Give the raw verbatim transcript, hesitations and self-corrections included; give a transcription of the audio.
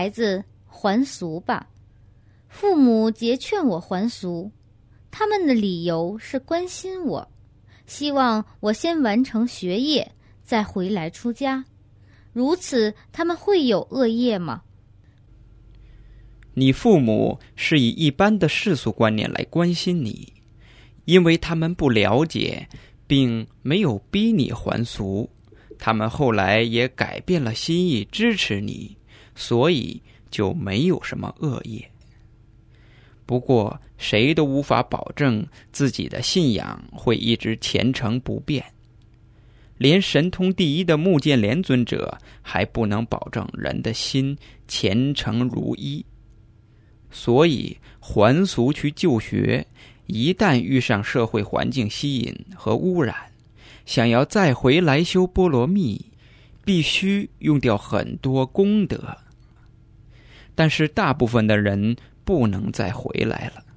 孩子，还俗吧。父母皆劝我还俗，他们的理由是关心我，希望我先完成学业，再回来出家。如此，他们会有恶业吗？ 你父母是以一般的世俗观念来关心你，因为他们不了解，并没有逼你还俗，他们后来也改变了心意支持你，所以就没有什么恶业。不过谁都无法保证自己的信仰会一直虔诚不变，连神通第一的目犍连尊者还不能保证人的心虔诚如一。所以还俗去就学，一旦遇上社会环境吸引和污染，想要再回来修波罗蜜，必须用掉很多功德。但是大部分的人不能再回来了。